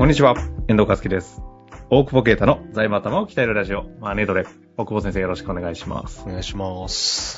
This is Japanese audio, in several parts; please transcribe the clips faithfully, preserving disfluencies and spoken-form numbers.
んにちは、遠藤和樹です。大久保啓太の財務頭を鍛えるラジオ、マネトレ。大久保先生よろしくお願いします。 お願いします。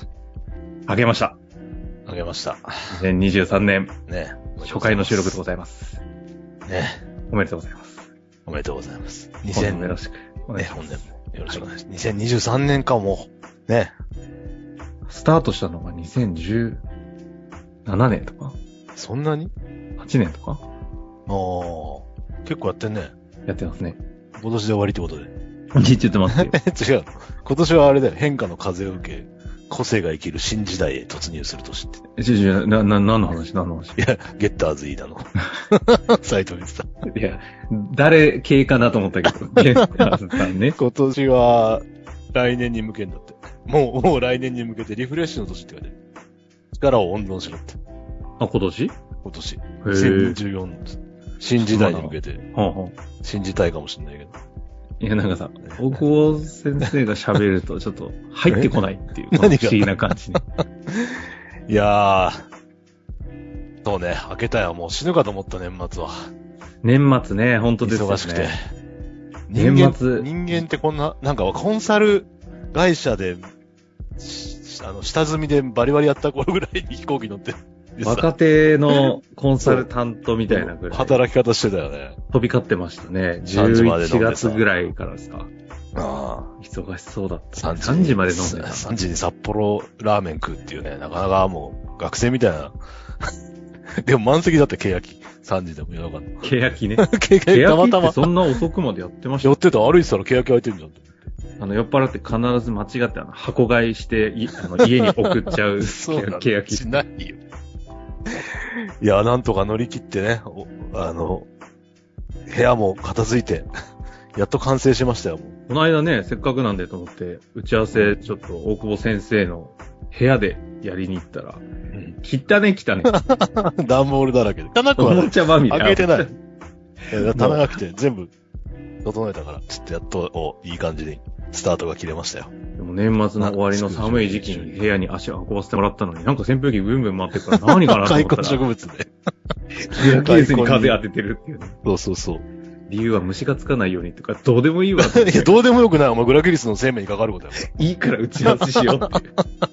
あげました。 あげました。 にせんにじゅうさんねん。 ね。 初回の収録でございます。 ね。 おめでとうございます。 おめでとうございます。 にせんねんよろしくお願いします。 ね、本年もよろしくお願いします。にせんにじゅうさんねんかも。ね。 スタートしたのがにせんじゅうななねんとかそんなに ? はち 年とかああ。結構やってんね。 やってますね。 今年で終わりってことで。 ちょっと待ってよ。違う。今年はあれだよ。変化の風を受け、個性が生きる新時代へ突入する年って。 ちょちょ、な、な、何の話何の話いや、ゲッターズイーダの。サイト見てた。 いや、誰系かなと思ったけど、ゲッターズさんね。 今年は、来年に向けんだって。もう、もう来年に向けてリフレッシュの年って言われてる。力を温存しろって。 あ、今年今年。 へにせんにじゅうよん。新時代に向けて。 はあはあ、 新時代かもしれないけど。 いや、なんかさ、大久保先生が喋るとちょっと入ってこないっていう、 何が不思議な感じね。 いやー、そうね、開けたよ。もう死ぬかと思った年末は。 年末ね、本当ですよね。 忙しくて。 年末。 人間ってこんな、なんかコンサル会社で、あの、下積みでバリバリやった頃ぐらいに飛行機乗って。 若手のコンサルタントみたいなぐらい。 働き方してたよね。 飛び交ってましたね。じゅういちがつぐらいからですか。 ああ。 忙しそうだった、ね。 さんじまで飲んでた。 さんじに札幌ラーメン食うっていうね、なかなかもう学生みたいな。でも満席だったケヤキ。さんじでも夜中の。 ケヤキね。 ケヤキたまたま。 そんな遅くまでやってました。 やってた。歩いてたらケヤキ開いてるじゃん。 あの、酔っ払って必ず間違ってあの箱買いして、いあの家に送っちゃうケヤキ。 しないよ。いや、なんとか乗り切ってね、あの、部屋も片付いて、やっと完成しましたよ、もう。 この間ね、せっかくなんでと思って、打ち合わせ、ちょっと大久保先生の部屋でやりに行ったら、うん、汚ね汚ね。 段ボールだらけで。汚くはない。 おもちゃまみれ。 開けてない。棚が来て全部整えたから、ちょっとやっと、お、いい感じにスタートが切れましたよ。 でも年末の終わりの寒い時期に部屋に足を運ばせてもらったのに、なんか扇風機ブンブン回ってるから何かなと思ったら。 開墾植物で。 ケースに風当ててるっていうね。 そうそうそう。 理由は虫がつかないようにとか、どうでもいいわ。 いや、どうでもよくない。お前グラキリスの生命にかかることや。 いいから打ち合わせしようっていう。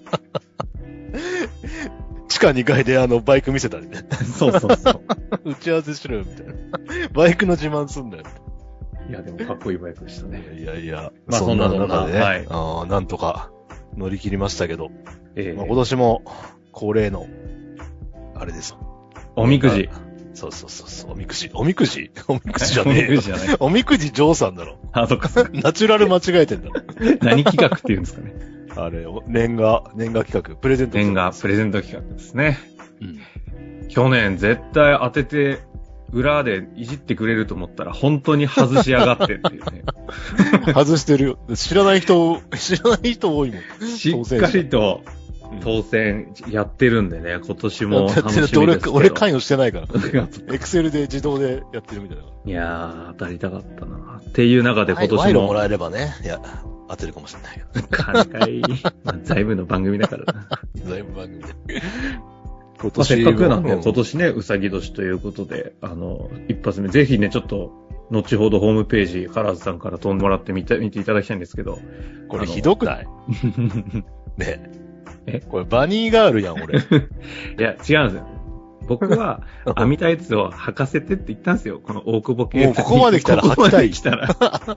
地下にかいであの、バイク見せたりね。 そうそうそう。 打ち合わせしろよ、みたいな。バイクの自慢すんだよ。 いや、でもかっこいいバイクでしたね。 いやいや、 まあそんな中でね、はい、あなんとか乗り切りましたけど、 えーまあ、今年も恒例の、あれですよ。 おみくじ。 そうそうそうそう、おみくじ。おみくじおみくじじゃねえよ。 おみくじじゃない。 おみくじジョーさんだろ。 あ、そっかそっか。 ナチュラル間違えてんだろ。 何企画って言うんですかね。 あれ、年賀、年賀企画、プレゼント年賀、プレゼント企画ですね。 うん。 去年絶対当てて、裏でいじってくれると思ったら本当に外しやがってっていうね。 外してるよ。知らない人、知らない人多いもん。 しっかりと当選やってるんでね、今年も楽しみですけど。 俺、俺関与してないから。エクセルで自動でやってるみたいな。 いやー、当たりたかったな。っていう中で今年も。 賄賂もらえればね、いや、当てるかもしれないけど。 金回、まあ、財務の番組だからな。 財務番組で。 今年、まあ、せっかくなんで、今年ね、うさぎ年ということで、あの、一発目、ぜひね、ちょっと、後ほどホームページ、カラーズさんから飛んでもらってみて、見ていただきたいんですけど。 これひどくないねえこれバニーガールやん、俺。 いや、違うんですよ。僕は、編みたいやつを履かせてって言ったんですよ。この大久保系。 もうここまで来たら履きたい。 来たら。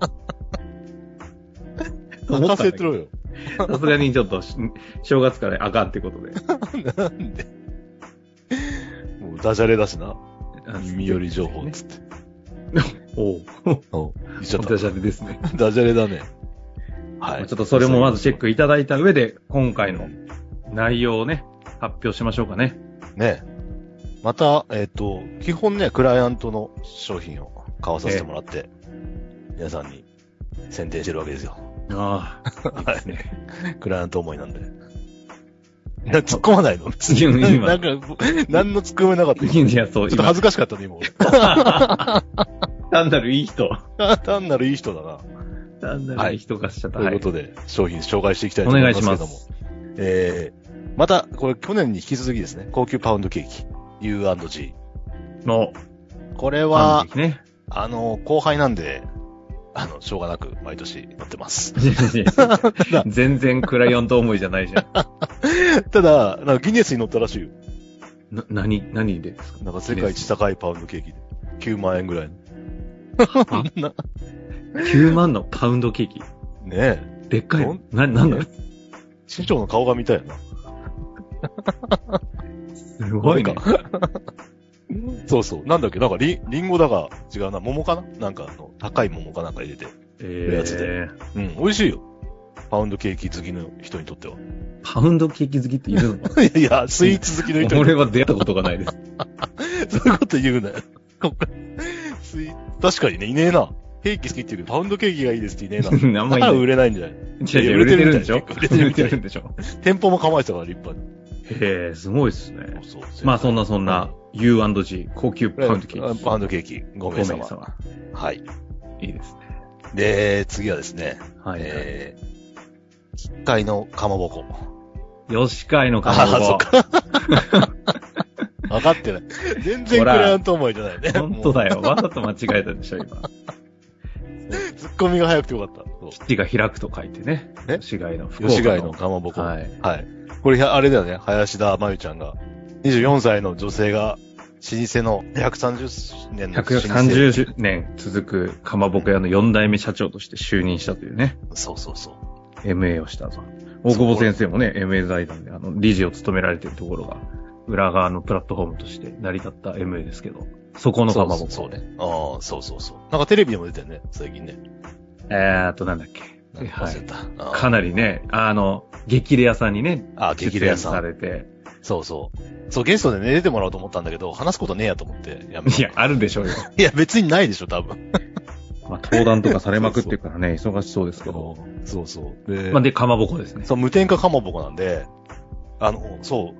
履かせてろよ。 さすがにちょっと、正月からあかんってことで。 なんでもうダジャレだしな。耳寄り情報っつって。 おう。 おう。言っちゃった。 ダジャレですね。 ダジャレだね。はい。 ちょっとそれもまずチェックいただいた上で、今回の内容をね、発表しましょうかね。 ね。また、えっと、基本ね、クライアントの商品を買わさせてもらって、皆さんに宣伝してるわけですよ。 ああ、いいですね。 クライアント思いなんで。突っ込まないの今。なんか、何の突っ込めなかった。 いや、そう。 ちょっと恥ずかしかったね、今俺。 単なるいい人。 単なるいい人だな。 単なるいい人がしちゃった。 ということで、商品紹介していきたいと思いますけども。お願いします。えー、また、これ去年に引き続きですね、高級パウンドケーキ、ユーアンドジー。 の、 これは、 ね、 あの、後輩なんで、あの、しょうがなく毎年乗ってます。 全然クライアント思いじゃないじゃん。 ただ、なんかギネスに乗ったらしいよ。 な、何、何でですか？ なんか世界一高いパウンドケーキで。きゅうまんえんぐらいの。 きゅうまんのパウンドケーキ。 ねえ。 でっかいの。な、なんだろう。 市長の顔が見たいな。 すごいね。 そうそう。なんだっけなんかリ、リンゴだが違うな。桃かななんかあの、高い桃かなんか入れて。 ええやつで。うん、美味しいよ。パウンドケーキ好きの人にとっては。 パウンドケーキ好きっているの？ いやいや、スイーツ好きの人に。 俺は出会ったことがないです。 そういうこと言うなよ。スイ確かにね、いねえな。ケーキ好きって言うけど、パウンドケーキがいいですっていねえな。 あんまり、ね。 売れないんじゃない？ いやいや、売れてるんでしょ？売れてる売れてるんでしょ？ 店舗も構えてたから、立派に。 へえ、すごいっすね。 そうそうまあそんなそんな、ユーアンドジー、高級パウンドケーキ。 パウンドケーキ、ごめんなさい。はい。 いいですね。 で、次はですね、 はい、はい。 えー、機械のかまぼこ。 吉海のかまぼこ。あ、そっか。 分かってない。全然クライアント思いじゃないね。 本当だよ。わざと間違えたでしょ、今。 ツッコミが早くてよかった。 吉が開くと書いてね。吉貝の福岡の。 吉貝のかまぼこ。 はい。 はい。これ、あれだよね。林田真由ちゃんが。にじゅうよんさいの女性が、老舗のひゃくさんじゅうねんの。 ひゃくさんじゅうねん続くかまぼこ屋のよん代目社長として就任したというね。 そうそうそう。 エムエー をしたと。大久保先生もね、エムエー 財団であの、理事を務められているところが、裏側のプラットフォームとして成り立った エムエー ですけど、そこのかまぼこ。 そうね。ああ、そうそうそう。なんかテレビでも出てるね、最近ね。 えーっと、なんだっけ。 忘れた。 はい、かなりね、あの、激レアさんにね、 あ激レアさん。 されて。 そうそう。そう、ゲストでね、出てもらおうと思ったんだけど、話すことねえやと思って、 やめいや、あるでしょうよ。 いや、別にないでしょ、多分。 まあ、登壇とかされまくってるからね、そうそう忙しそうですけど。 そうそう。で、 まあ、で、かまぼこですね。 そう、無添加かまぼこなんで、あの、そう、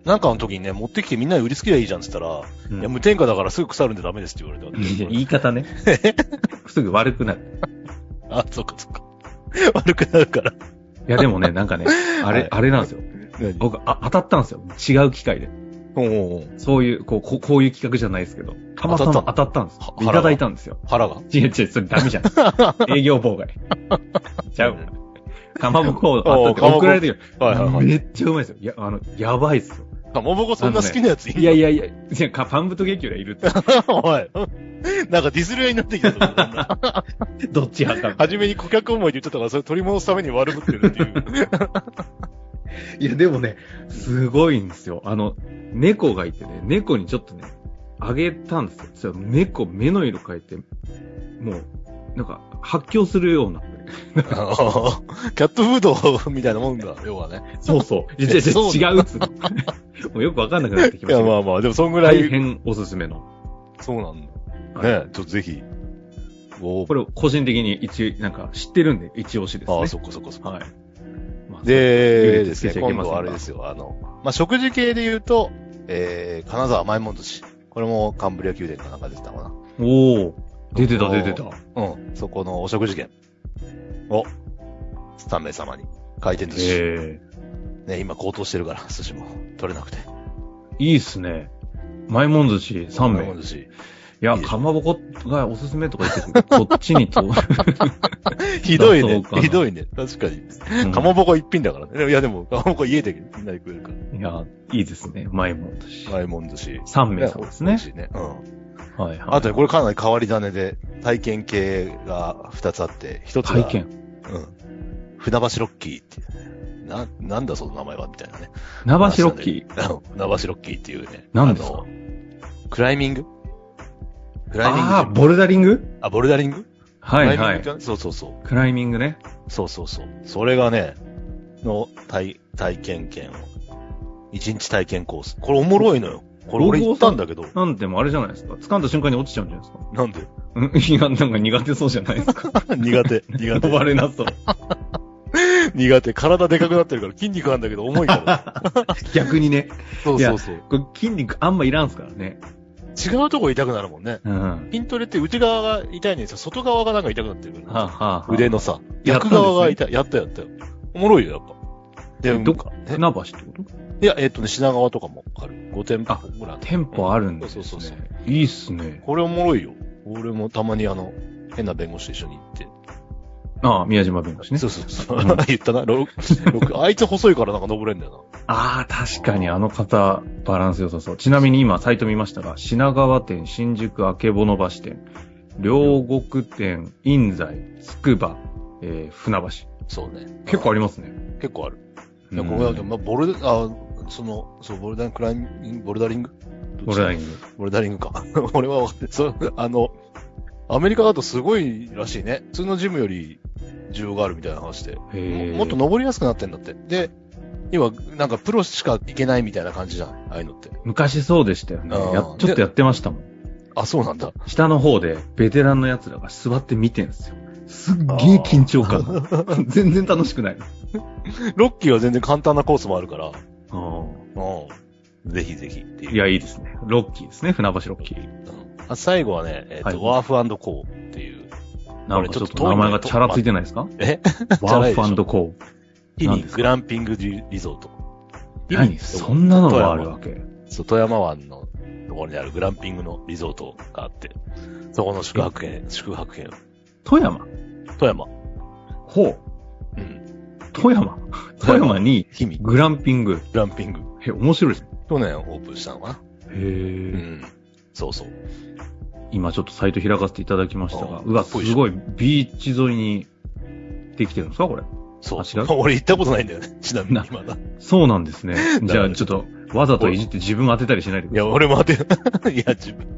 なんかの時にね、持ってきてみんなに売りつけりゃいいじゃんって言ったら、うん、いや、無添加だからすぐ腐るんでダメですって言われた。 いや、言い方ね。すぐ悪くなる。 あ、そっかそっか。悪くなるから。いや、でもね、なんかね、あれ、はい、あれなんですよ。僕あ、当たったんですよ。違う機会で。 おうおうそういう、こう、こう、こういう企画じゃないですけど。たまたま当たったんです。いただいたんですよ。 腹が違う違う、それダメじゃん。営業妨害。ちゃう。かまぼこを当たって送られてる。はいはいはい。めっちゃうまいですよ。いや、あの、やばいっすよ。 かまぼこそんな好きなやついる、 ね、いやいやいや、いや、パンブとゲキュラいるって。 おい。なんかディスるようになってきたぞ。 どっち派か。 はじめに顧客思いで言ってたから、それ取り戻すために悪ぶってるっていう。 いや、でもね、すごいんですよ。あの、猫がいてね、猫にちょっとね、あげたんですよ。猫、目の色変えて、もう、なんか、発狂するような。 キャットフードみたいなもんだ、要はね。 そうそう。いや、違うっつうの。もうよくわかんなくなってきました。 いや、まあまあ、でもそんぐらい。 大変おすすめの。 そうなんだ。ね、ちょっとぜひ。 これを個人的に一、なんか知ってるんで、一押しですね。 ああ、そっかそっかそっか。 はい。 まあ、で、ですね、今度はあれですよ、あの、まあ、食事系で言うと、えー、金沢甘いもん寿司。これもカンブリア宮殿かなんか出てたかな。 おー。出てた出てた。 うん。そこのお食事券をさん名様に回転寿司。 へー。ね、今高騰してるから、寿司も取れなくて。 いいっすね。甘いもん寿司さん名。 甘いもん寿司。 いや、いいかまぼこがおすすめとか言ってるけど、こっちにと。 ひどいね。ひどいね。確かに。うん、かまぼこ一品だからね。いや、でも、かまぼこ家でみんなで食えるから。 いや、いいですね。甘いもん寿司。 甘いもん寿司。 さん名様ですね。 美味しいね。うん。 はいはい。 あとね、これかなり変わり種で、体験系が二つあって、一つが。 体験うん。船橋ロッキーっていう。な、なんだその名前はみたいなね。 船橋ロッキー船橋ロッキーっていうね。 何ですか？ クライミングクライミング。 ああ、ボルダリング？ あ、ボルダリング？ はいはい。 そうそうそう。 クライミングね。 そうそうそう。それがね、の体、体験券を。一日体験コース。これおもろいのよ。これ俺行ったんだけど。 なんでもあれじゃないですか。掴んだ瞬間に落ちちゃうんじゃないですか。 なんでうん、いや、なんか苦手そうじゃないですか。 苦手、苦手。 飛ばれなそう。 苦手。体でかくなってるから筋肉あるんだけど重いから。 逆にね。 そうそうそう。 これ筋肉あんまいらんすからね。 違うとこ痛くなるもんね。 うん。 筋トレって内側が痛いんですよ。外側がなんか痛くなってるから、 ね。はあはあはあ、 腕のさ。逆側が痛い。やったやったよ。おもろいよ、やっぱ。 で、どっか、船橋ってこといや、えっとね、品川とかもある。ご店舗ぐらい。 店舗あるんですね。 そうそうそう。 いいっすね。 これおもろいよ。 俺もたまにあの、変な弁護士と一緒に行って。 ああ、宮島弁護士ね。 そうそうそう。うん、言ったな。ろくあいつ細いからなんか登れんだよな。ああ、確かにあの方、バランス良さそう。ちなみに今、サイト見ましたが、品川店、新宿、あけぼの橋店、両国店、印西、つくば、えー、船橋。 そうね。 結構ありますね。 結構ある。いや、ここだと、まあ、ボルあ、その、そう、ボルダークラインボルダリングボルダリング。 ボルダリングか。俺は分かって、そう、あの、アメリカだとすごいらしいね。普通のジムより需要があるみたいな話で。も, もっと登りやすくなってんだって。で、今、なんかプロしか行けないみたいな感じじゃん。ああいうのって。 昔そうでしたよね。やちょっとやってましたもん。 あ、そうなんだ。 下の方で、ベテランのやつらが座って見てんすよ。すっげえ緊張感。全然楽しくない。 ロッキーは全然簡単なコースもあるから。 あうん。ぜひぜひっていう。 いや、いいですね。ロッキーですね。船橋ロッキー。 うんあ最後はね、えっ、ー、と、はい、ワーフ&コーっていう。 なんかちょっと名前がチャラついてないですかえワーフ&コー。 日々グランピングリゾート。 何そんなのがあるわけそう、富山湾のところにあるグランピングのリゾートがあって、そこの宿泊券、宿泊券。 富山富山。 ほう。うん。富山富山にグランピング。 グランピング。 え、面白いですね。 去年オープンしたのかな。 へー。うん。 そうそう。 今ちょっとサイト開かせていただきましたが、うわ、すごいビーチ沿いにできてるんですかこれ。 そう。違う俺行ったことないんだよね。ちなみにまだ。 そうなんですね。じゃあちょっと、わざといじって自分当てたりしないでください。 いや、俺も当て、いや、自分。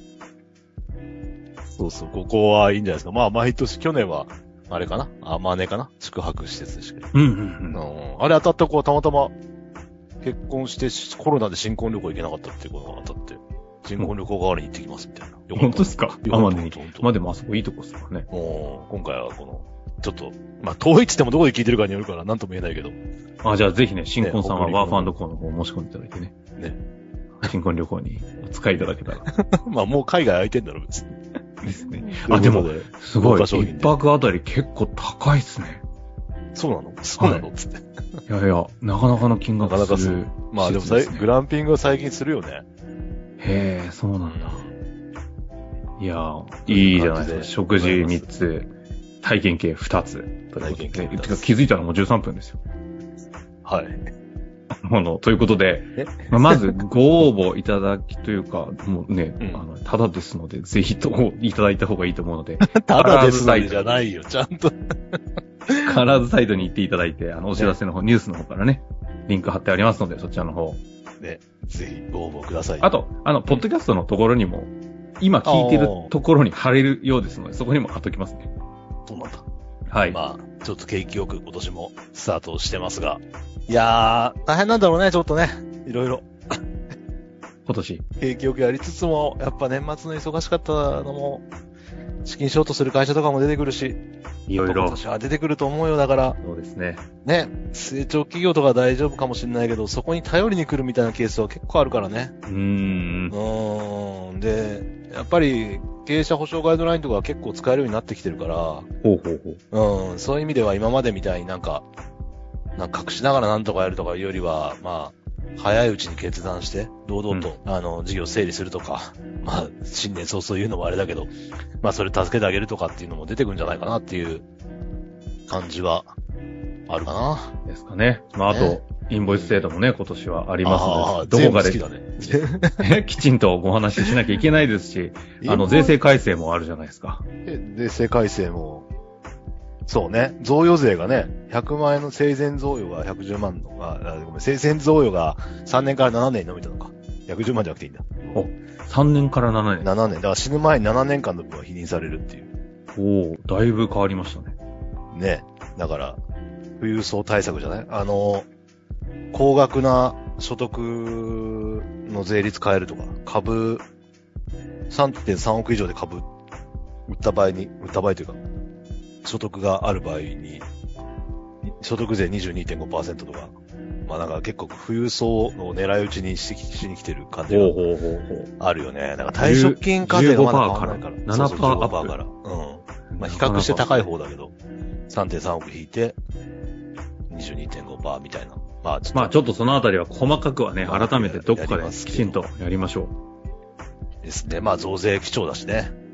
そうそう、ここはいいんじゃないですか。まあ、毎年、去年は、あれかなあ、マネかな宿泊施設でしたけど。 うんうんうん。 うん、あれ当たった子はたまたま、結婚してコロナで新婚旅行行けなかったっていうことが当たって、新婚旅行代わりに行ってきますみたいな。 本当ですかあ、までに。まあでもあそこいいとこですからね。 もう、今回はこの、ちょっと、まあ遠いって言ってもどこで聞いてるかによるから何とも言えないけど。 あ、じゃあぜひね、新婚さんはワーフ&コーの方申し込んでいただいてね。 ね。 新婚旅行にお使いいただけたら。 まあもう海外空いてんだろ、別に。 ですね。あ、でも、すごい。一泊あたり結構高いっすね。 そうなのそうなの、はい、つって。 いやいや、なかなかの金額する。なかなかする。 まあでもさい、グランピングは最近するよね。 へえ、そうなんだ。いやー、いいじゃないですか。食事みっつ、体験系ふたつ。体験系。てか気づいたらもうじゅうさんぷんですよ。 はい。 あの、ということで、まあ、まずご応募いただきというか、もうね、うん、あの、ただですので、ぜひといただいた方がいいと思うので。 ただですのでじゃないよ、ちゃんと。 カラーズサイトに行っていただいて、あの、お知らせの方、ね、ニュースの方からね、リンク貼ってありますので、そちらの方。 ね、ぜひご応募ください。 あと、あの、ポッドキャストのところにも、今聞いてるところに貼れるようですので、そこにも貼っときますね。 そうなんだ。 はい。 まあ、ちょっと景気よく今年もスタートしてますが。いやー、大変なんだろうね、ちょっとね。いろいろ。 今年。 景気よくやりつつも、やっぱ年末の忙しかったのも、資金ショートする会社とかも出てくるし、 いろいろ。 今年は出てくると思うよ、だから。 そうですね。 ね、成長企業とか大丈夫かもしれないけど、そこに頼りに来るみたいなケースは結構あるからね。 うーん。 うーん。で、やっぱり、経営者保証ガイドラインとか結構使えるようになってきてるから、ほうほうほう。うん、そういう意味では今までみたいになんか、なんか隠しながらなんとかやるとかいうよりは、まあ、早いうちに決断して、堂々と、うん、あの、事業整理するとか、まあ、新年早々言うのもあれだけど、まあ、それ助けてあげるとかっていうのも出てくるんじゃないかなっていう感じは、あるかな。 ですかね。まあ、あと、ね、インボイス制度もね、今年はありますので、どこかで、 ね、きちんとお話ししなきゃいけないですし、あの、税制改正もあるじゃないですか。 税制改正も、そうね。贈与税がね、ひゃくまん円の生前贈与がひゃくじゅうまんのが、ごめん、生前贈与がさんねんからななねんに伸びたのか。ひゃくじゅうまんじゃなくていいんだ。 お、さんねんからななねん。 ななねん。だから死ぬ前にななねんかんの分は否認されるっていう。 おー、だいぶ変わりましたね。 ね。だから、富裕層対策じゃない？あの、高額な所得の税率変えるとか、株、さんてんさんおく以上で株、売った場合に、売った場合というか、所得がある場合に、所得税 にじゅうにてんごパーセント とか、まあなんか結構富裕層の狙い撃ちにししに来てる感じがあるよね。なんか退職金課税がまだ変わらないから。 ななパーセント アップ。 じゅうごパーセントから。うん。まあ比較して高い方だけど、さんてんさんおく引いて、にじゅうにてんごパーセント みたいな。 まあちょっと、まあちょっとそのあたりは細かくはね、改めてどっかできちんとやりましょう。 ですね。まあ増税基調だしね。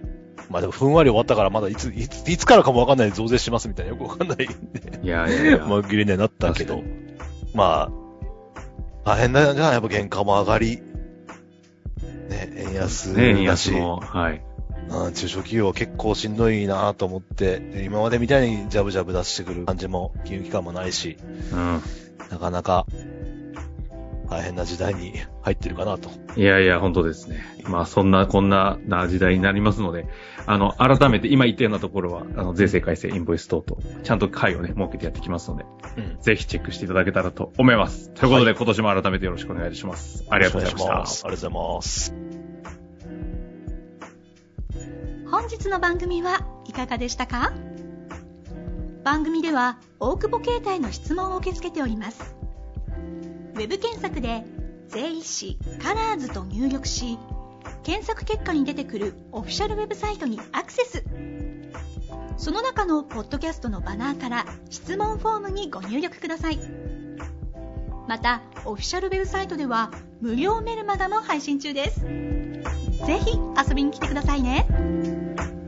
まあでもふんわり終わったからまだいつ、いつ、いつからかもわかんないで増税しますみたいなよくわかんないんで。 いやいやいや。 まあギリにはなったけど。まあ、大変だじゃん。やっぱ原価も上がり。ね、円安だし。 ね、円安も、はい。 うん、中小企業は結構しんどいなと思って、今までみたいにジャブジャブ出してくる感じも、金融機関もないし、 うん、 なかなか大変な時代に入ってるかなと。 いやいや、本当ですね。まあ、そんな、こんな、な時代になりますので、あの、改めて今言ったようなところは、あの、税制改正、インボイス等々、ちゃんと会をね、設けてやってきますので、うん、ぜひチェックしていただけたらと思います。ということで、はい、今年も改めてよろしくお願いします。ありがとうございました。ありがとうございます。 本日の番組はいかがでしたか？番組では大久保携帯の質問を受け付けております。ウェブ検索で税理士カラーズと入力し、検索結果に出てくるオフィシャルウェブサイトにアクセス。その中のポッドキャストのバナーから質問フォームにご入力ください。またオフィシャルウェブサイトでは無料メルマガも配信中です。ぜひ遊びに来てくださいね。